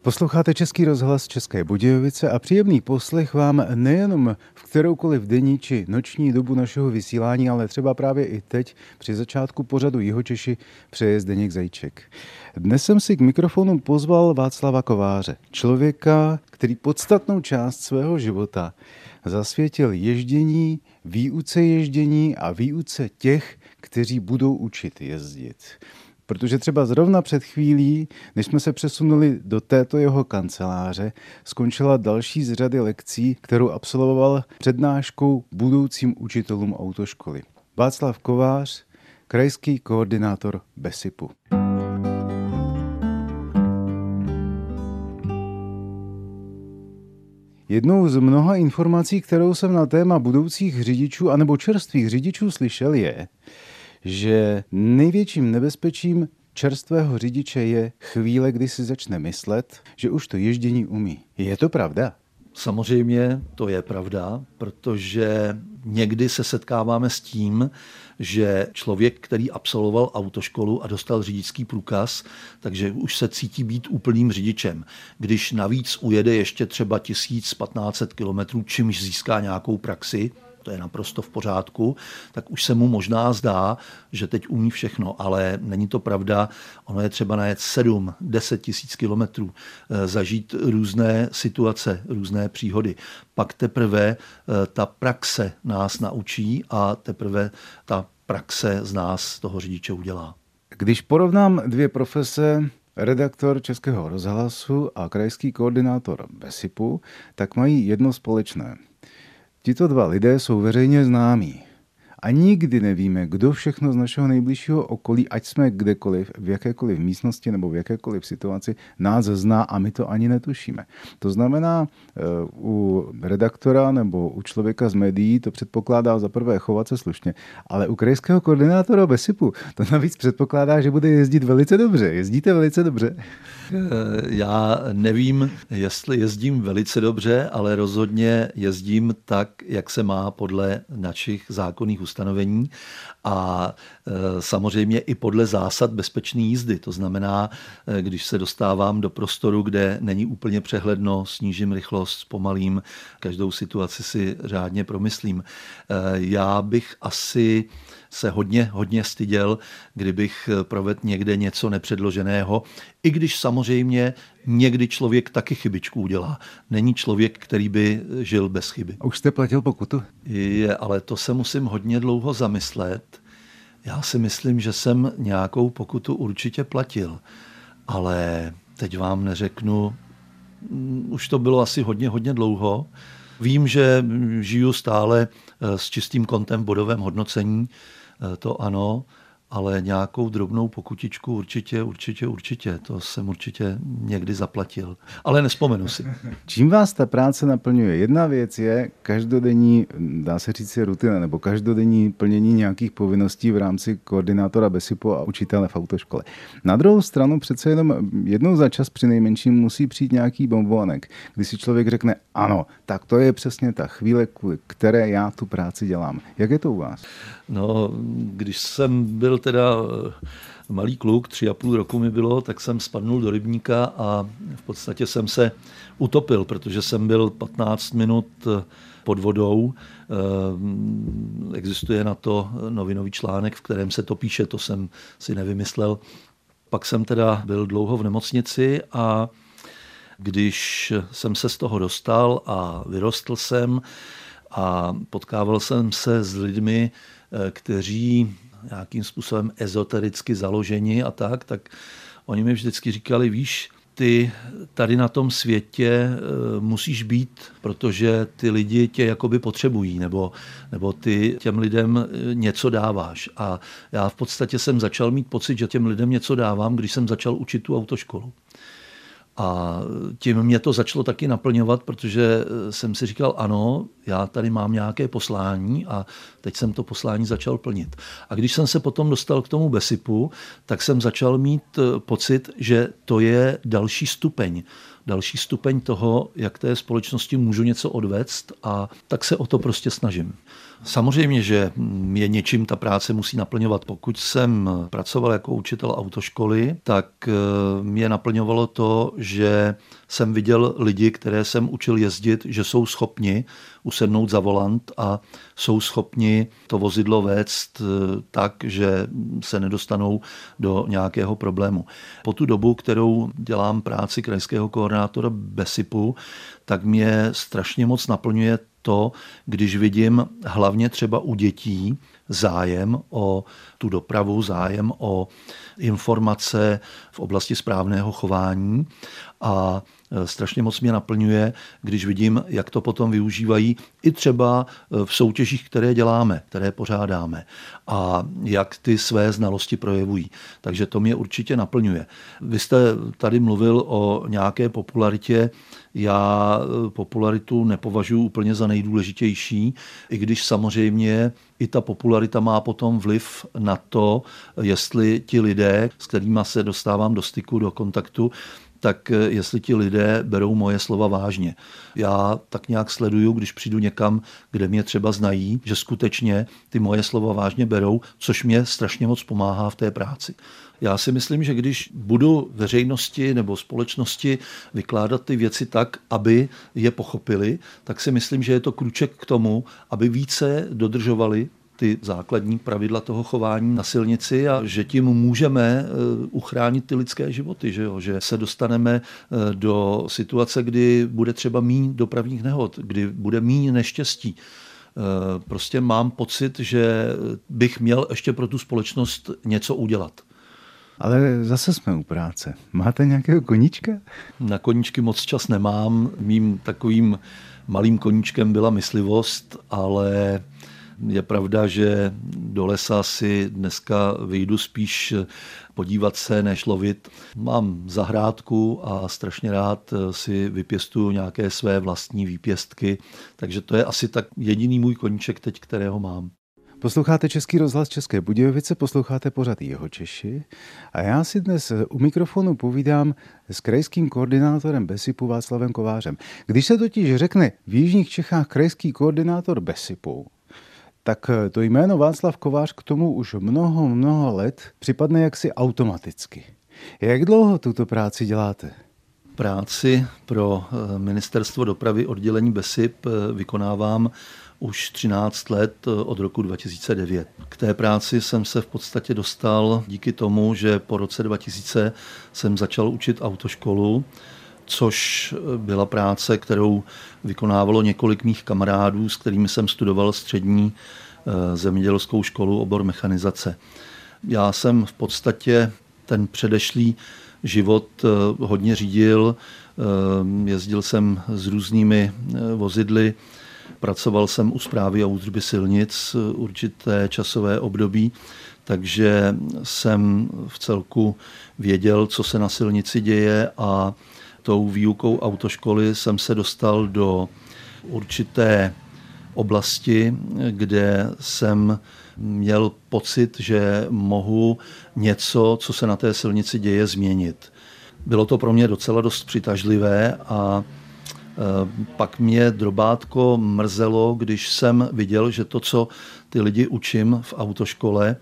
Posloucháte Český rozhlas České Budějovice a příjemný poslech vám nejenom v kteroukoliv denní či noční dobu našeho vysílání, ale třeba právě i teď při začátku pořadu Jihočeši přeje Zdeněk Zajíček. Dnes jsem si k mikrofonu pozval Václava Kováře, člověka, který podstatnou část svého života zasvětil ježdění, výuce ježdění a výuce těch, kteří budou učit jezdit. Protože třeba zrovna před chvílí, než jsme se přesunuli do této jeho kanceláře, skončila další z řady lekcí, kterou absolvoval přednáškou budoucím učitelům autoškoly. Václav Kovář, krajský koordinátor BESIPu. Jednou z mnoha informací, kterou jsem na téma budoucích řidičů anebo čerstvých řidičů slyšel, je, že největším nebezpečím čerstvého řidiče je chvíle, kdy si začne myslet, že už to ježdění umí. Je to pravda? Samozřejmě to je pravda, protože někdy se setkáváme s tím, že člověk, který absolvoval autoškolu a dostal řidičský průkaz, takže už se cítí být úplným řidičem. Když navíc ujede ještě třeba 1500 kilometrů, čímž získá nějakou praxi, to je naprosto v pořádku, tak už se mu možná zdá, že teď umí všechno, ale není to pravda. Ono je třeba najet 7-10 tisíc kilometrů, zažít různé situace, různé příhody. Pak teprve ta praxe nás naučí a teprve ta praxe z nás toho řidiče udělá. Když porovnám dvě profese, redaktor Českého rozhlasu a krajský koordinátor BESIPu, tak mají jedno společné. Tito dva lidé jsou veřejně známí a nikdy nevíme, kdo všechno z našeho nejbližšího okolí, ať jsme kdekoliv, v jakékoliv místnosti nebo v jakékoliv situaci, nás zná a my to ani netušíme. To znamená, u redaktora nebo u člověka z médií to předpokládá za prvé chovat se slušně, ale u krajského koordinátora BESIPu to navíc předpokládá, že bude jezdit velice dobře. Jezdíte velice dobře? Já nevím, jestli jezdím velice dobře, ale rozhodně jezdím tak, jak se má podle našich zákonných ustanovení a samozřejmě i podle zásad bezpečné jízdy. To znamená, když se dostávám do prostoru, kde není úplně přehledno, snížím rychlost, zpomalím, každou situaci si řádně promyslím. Já bych asi se hodně styděl, kdybych provedl někde něco nepředloženého, i když samozřejmě někdy člověk taky chybičku udělá. Není člověk, který by žil bez chyby. A už jste platil pokutu? Ale to se musím hodně dlouho zamyslet. Já si myslím, že jsem nějakou pokutu určitě platil, ale teď vám neřeknu, už to bylo asi hodně dlouho. Vím, že žiju stále s čistým kontem v bodovém hodnocení, to ano, ale nějakou drobnou pokutičku určitě. To jsem určitě někdy zaplatil. Ale nevzpomenu si. Čím vás ta práce naplňuje? Jedna věc je každodenní, dá se říct, rutina, nebo každodenní plnění nějakých povinností v rámci koordinátora BESIPu a učitele v autoškole. Na druhou stranu přece jenom jednou za čas přinejmenším musí přijít nějaký bonbonek, kdy si člověk řekne, ano, tak to je přesně ta chvíle, kvůli které já tu práci dělám. Jak je to u vás? No, když jsem byl teda malý kluk, 3,5 roku mi bylo, tak jsem spadnul do rybníka a v podstatě jsem se utopil, protože jsem byl 15 minut pod vodou. Existuje na to novinový článek, v kterém se to píše, to jsem si nevymyslel. Pak jsem teda byl dlouho v nemocnici a když jsem se z toho dostal a vyrostl jsem a potkával jsem se s lidmi, kteří nějakým způsobem ezotericky založeni a tak oni mi vždycky říkali, víš, ty tady na tom světě musíš být, protože ty lidi tě jakoby potřebují, nebo ty těm lidem něco dáváš. A já v podstatě jsem začal mít pocit, že těm lidem něco dávám, když jsem začal učit tu autoškolu. A tím mě to začalo taky naplňovat, protože jsem si říkal, ano, já tady mám nějaké poslání a teď jsem to poslání začal plnit. A když jsem se potom dostal k tomu BESIPu, tak jsem začal mít pocit, že to je další stupeň. další stupeň toho, jak té společnosti můžu něco odvést, a tak se o to prostě snažím. Samozřejmě, že mě něčím ta práce musí naplňovat. Pokud jsem pracoval jako učitel autoškoly, tak mě naplňovalo to, že jsem viděl lidi, které jsem učil jezdit, že jsou schopni usednout za volant a jsou schopni to vozidlo vést tak, že se nedostanou do nějakého problému. Po tu dobu, kterou dělám práci krajského koordinátora BESIPu, tak mě strašně moc naplňuje to, když vidím hlavně třeba u dětí zájem o tu dopravu, zájem o informace v oblasti správného chování, a strašně moc mě naplňuje, když vidím, jak to potom využívají i třeba v soutěžích, které děláme, které pořádáme, a jak ty své znalosti projevují. Takže to mě určitě naplňuje. Vy jste tady mluvil o nějaké popularitě. Já popularitu nepovažuji úplně za nejdůležitější, i když samozřejmě i ta popularita má potom vliv na to, jestli ti lidé, s kterými se dostávám do styku, do kontaktu, tak jestli ti lidé berou moje slova vážně. Já tak nějak sleduju, když přijdu někam, kde mě třeba znají, že skutečně ty moje slova vážně berou, což mě strašně moc pomáhá v té práci. Já si myslím, že když budu veřejnosti nebo společnosti vykládat ty věci tak, aby je pochopili, tak si myslím, že je to krůček k tomu, aby více dodržovali ty základní pravidla toho chování na silnici, a že tím můžeme uchránit ty lidské životy, že se dostaneme do situace, kdy bude třeba míň dopravních nehod, kdy bude míň neštěstí. Prostě mám pocit, že bych měl ještě pro tu společnost něco udělat. Ale zase jsme u práce. Máte nějakého koníčka? Na koníčky moc čas nemám. Mým takovým malým koníčkem byla myslivost, ale je pravda, že do lesa si dneska vyjdu spíš podívat se, než lovit. Mám zahrádku a strašně rád si vypěstuju nějaké své vlastní výpěstky, takže to je asi tak jediný můj koníček teď, kterého mám. Posloucháte Český rozhlas České Budějovice, posloucháte pořad Jihočeši, a já si dnes u mikrofonu povídám s krajským koordinátorem BESIPu Václavem Kovářem. Když se totiž řekne v jižních Čechách krajský koordinátor BESIPu, tak to jméno Václav Kovář k tomu už mnoho let připadne jaksi automaticky. Jak dlouho tuto práci děláte? Práci pro Ministerstvo dopravy oddělení BESIP vykonávám už 13 let od roku 2009. K té práci jsem se v podstatě dostal díky tomu, že po roce 2000 jsem začal učit autoškolu, což byla práce, kterou vykonávalo několik mých kamarádů, s kterými jsem studoval střední zemědělskou školu, obor mechanizace. Já jsem v podstatě ten předešlý život hodně řídil, jezdil jsem s různými vozidly, pracoval jsem u správy a údržby silnic určité časové období, takže jsem v celku věděl, co se na silnici děje, a tou výukou autoškoly jsem se dostal do určité oblasti, kde jsem měl pocit, že mohu něco, co se na té silnici děje, změnit. Bylo to pro mě docela dost přitažlivé, a pak mě drobátko mrzelo, když jsem viděl, že to, co ty lidi učím v autoškole,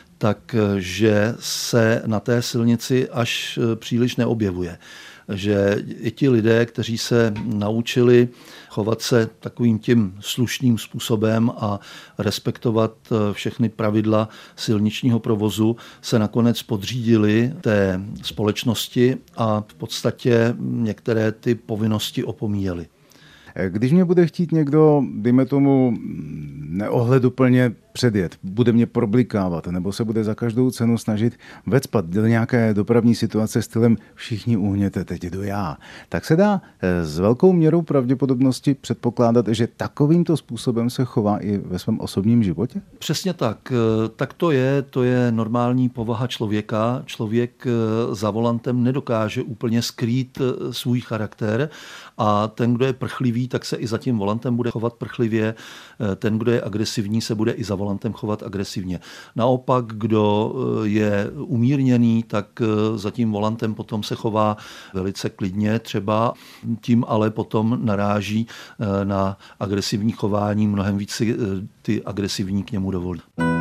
takže se na té silnici až příliš neobjevuje. Že i ti lidé, kteří se naučili chovat se takovým tím slušným způsobem a respektovat všechny pravidla silničního provozu, se nakonec podřídili té společnosti a v podstatě některé ty povinnosti opomíjeli. Když mě bude chtít někdo, dejme tomu, neohleduplně předjet, bude mě problikávat, nebo se bude za každou cenu snažit vecpat do nějaké dopravní situace stylem všichni uhněte, teď jdu já, tak se dá s velkou měrou pravděpodobnosti předpokládat, že takovýmto způsobem se chová i ve svém osobním životě? Přesně tak. Tak to je normální povaha člověka. Člověk za volantem nedokáže úplně skrýt svůj charakter, a ten, kdo je prchlivý, tak se i za tím volantem bude chovat prchlivě. Ten, kdo je agresivní, se bude i za volantem volantem chovat agresivně. Naopak, kdo je umírněný, tak za tím volantem potom se chová velice klidně třeba, tím ale potom naráží na agresivní chování, mnohem víc si ty agresivní k němu dovolí.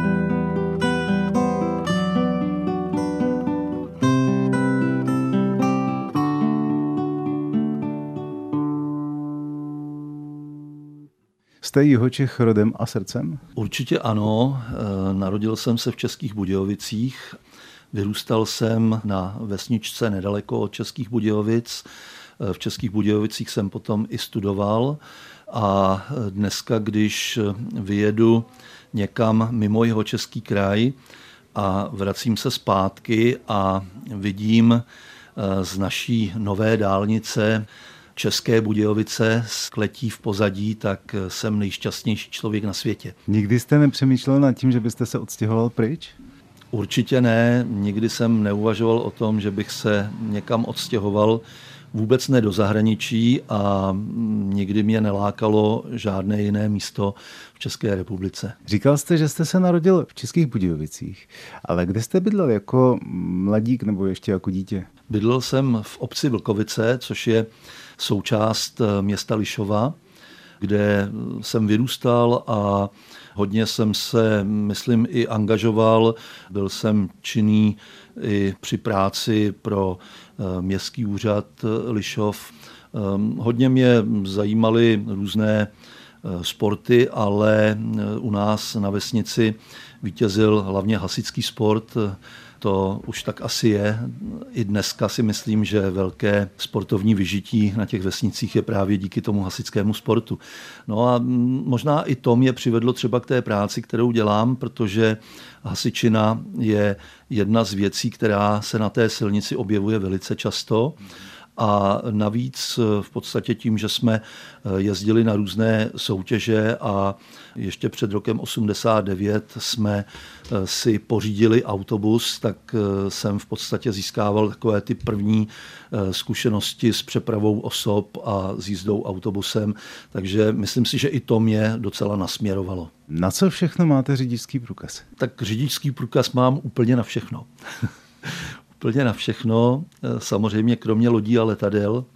Jste Jihočech rodem a srdcem? Určitě ano. Narodil jsem se v Českých Budějovicích. Vyrůstal jsem na vesničce nedaleko od Českých Budějovic. V Českých Budějovicích jsem potom i studoval a dneska, když vyjedu někam mimo Jihočeský kraj a vracím se zpátky a vidím z naší nové dálnice České Budějovice s kletí v pozadí, tak jsem nejšťastnější člověk na světě. Nikdy jste nepřemýšlel nad tím, že byste se odstěhoval pryč? Určitě ne, nikdy jsem neuvažoval o tom, že bych se někam odstěhoval, vůbec ne do zahraničí a nikdy mě nelákalo žádné jiné místo v České republice. Říkal jste, že jste se narodil v Českých Budějovicích, ale kde jste bydlel jako mladík nebo ještě jako dítě? Bydlel jsem v obci Vlkovice, což je součást města Lišova, kde jsem vyrůstal a hodně jsem se, myslím, i angažoval. Byl jsem činný i při práci pro městský úřad Lišov. Hodně mě zajímaly různé sporty, ale u nás na vesnici vítězil hlavně hasičský sport. To už tak asi je. I dneska si myslím, že velké sportovní vyžití na těch vesnicích je právě díky tomu hasičskému sportu. No a možná i to mě přivedlo třeba k té práci, kterou dělám, protože hasičina je jedna z věcí, která se na té silnici objevuje velice často. A navíc v podstatě tím, že jsme jezdili na různé soutěže a ještě před rokem 89 jsme si pořídili autobus, tak jsem v podstatě získával takové ty první zkušenosti s přepravou osob a s jízdou autobusem. Takže myslím si, že i to mě docela nasměrovalo. Na co všechno máte řidičský průkaz? Tak řidičský průkaz mám úplně na všechno. Úplně na všechno, samozřejmě kromě lodí a letadel.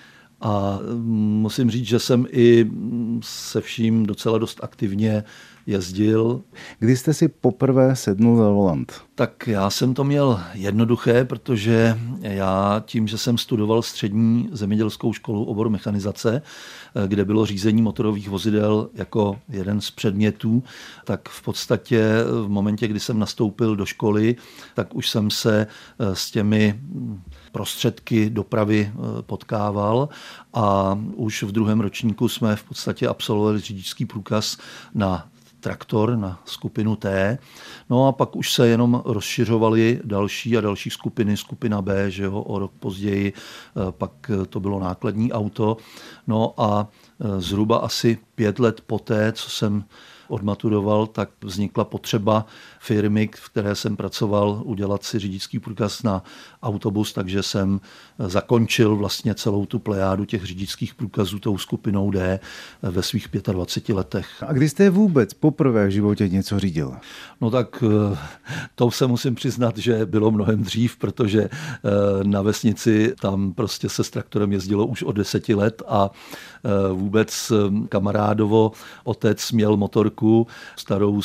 A musím říct, že jsem i se vším docela dost aktivně jezdil. Kdy jste si poprvé sednul za volant? Tak já jsem to měl jednoduché, protože já tím, že jsem studoval střední zemědělskou školu obor mechanizace, kde bylo řízení motorových vozidel jako jeden z předmětů, tak v podstatě v momentě, kdy jsem nastoupil do školy, tak už jsem se s těmi prostředky dopravy potkával a už v druhém ročníku jsme v podstatě absolvovali řidičský průkaz na traktor, na skupinu T. No a pak už se jenom rozšiřovaly další a další skupiny, skupina B, že jo, o rok později, pak to bylo nákladní auto. No a zhruba asi 5 let poté, co jsem odmaturoval, tak vznikla potřeba firmy, v které jsem pracoval, udělat si řidičský průkaz na autobus, takže jsem zakončil vlastně celou tu plejádu těch řidičských průkazů tou skupinou D ve svých 25 letech. A kdy jste vůbec poprvé v životě něco řídil? No tak to se musím přiznat, že bylo mnohem dřív, protože na vesnici tam prostě se s traktorem jezdilo už od 10 let a vůbec kamarádovo otec měl motorku starou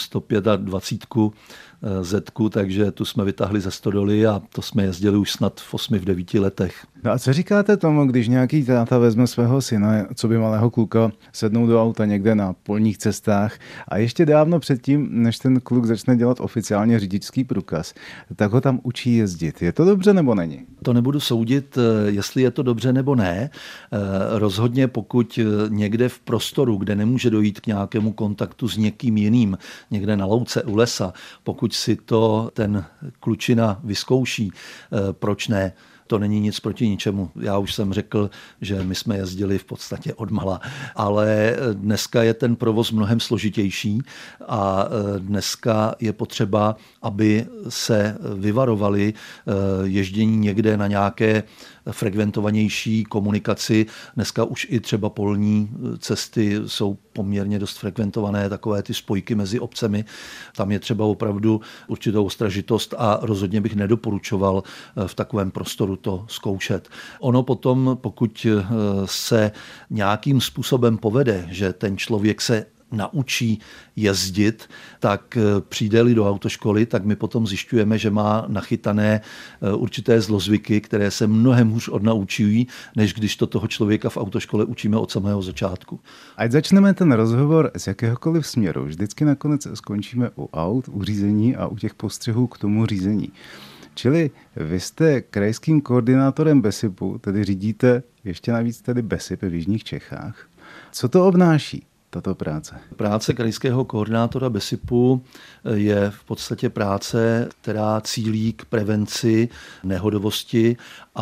125 Zetku, takže tu jsme vytáhli ze stodoly a to jsme jezdili už snad v 8, v 9 letech. No a co říkáte tomu, když nějaký táta vezme svého syna, co by malého kluka, sednou do auta někde na polních cestách a ještě dávno předtím, než ten kluk začne dělat oficiálně řidičský průkaz, tak ho tam učí jezdit. Je to dobře nebo není? To nebudu soudit, jestli je to dobře nebo ne. Rozhodně pokud někde v prostoru, kde nemůže dojít k nějakému kontaktu s někým jiným, někde na louce u lesa, pokud si to ten klučina vyzkouší, proč ne? to není nic proti ničemu. Já už jsem řekl, že my jsme jezdili v podstatě odmala, ale dneska je ten provoz mnohem složitější a dneska je potřeba, aby se vyvarovali ježdění někde na nějaké frekventovanější komunikaci. Dneska už i třeba polní cesty jsou poměrně dost frekventované, takové ty spojky mezi obcemi. Tam je třeba opravdu určitou ostražitost a rozhodně bych nedoporučoval v takovém prostoru to zkoušet. Ono potom, pokud se nějakým způsobem povede, že ten člověk se naučí jezdit, tak přijde-li do autoškoly, tak my potom zjišťujeme, že má nachytané určité zlozvyky, které se mnohem hůř odnaučují, než když to toho člověka v autoškole učíme od samého začátku. Ať začneme ten rozhovor z jakéhokoliv směru, vždycky nakonec skončíme u aut, u řízení a u těch postřehů k tomu řízení. Čili vy jste krajským koordinátorem BESIPu, tedy řídíte ještě navíc tedy BESIP v jižních Čechách. Co to obnáší? Tato práce? Práce krajského koordinátora BESIPu je v podstatě práce, která cílí k prevenci nehodovosti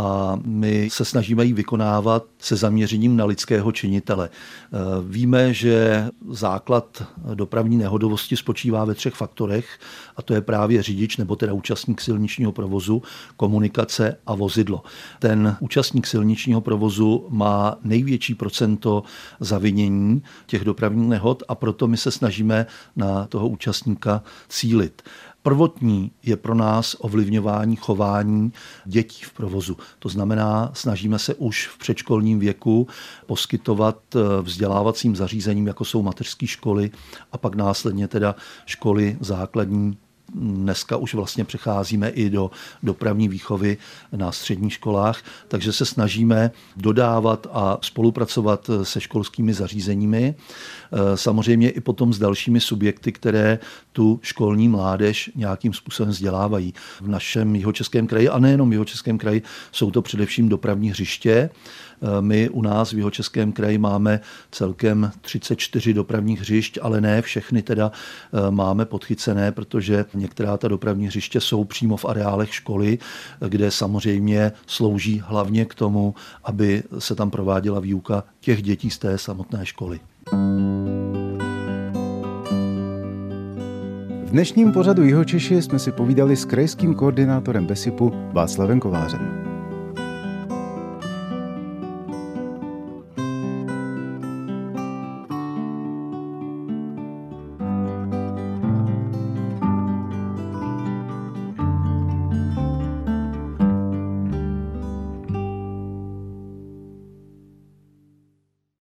a my se snažíme ji vykonávat se zaměřením na lidského činitele. Víme, že základ dopravní nehodovosti spočívá ve 3 faktorech a to je právě řidič nebo teda účastník silničního provozu, komunikace a vozidlo. Ten účastník silničního provozu má největší procento zavinění těch dopravních nehod a proto my se snažíme na toho účastníka cílit. Prvotní je pro nás ovlivňování chování dětí v provozu. To znamená, snažíme se už v předškolním věku poskytovat vzdělávacím zařízením, jako jsou mateřské školy a pak následně teda školy základní. Dneska už vlastně přecházíme i do dopravní výchovy na středních školách, takže se snažíme dodávat a spolupracovat se školskými zařízeními. Samozřejmě i potom s dalšími subjekty, které tu školní mládež nějakým způsobem vzdělávají. V našem Jihočeském kraji a nejenom v Jihočeském kraji jsou to především dopravní hřiště. My u nás v Jihočeském kraji máme celkem 34 dopravních hřišť, ale ne všechny teda máme podchycené, protože některá ta dopravní hřiště jsou přímo v areálech školy, kde samozřejmě slouží hlavně k tomu, aby se tam prováděla výuka těch dětí z té samotné školy. V dnešním pořadu Jihočeši jsme si povídali s krajským koordinátorem BESIPu Václavem Kovářem.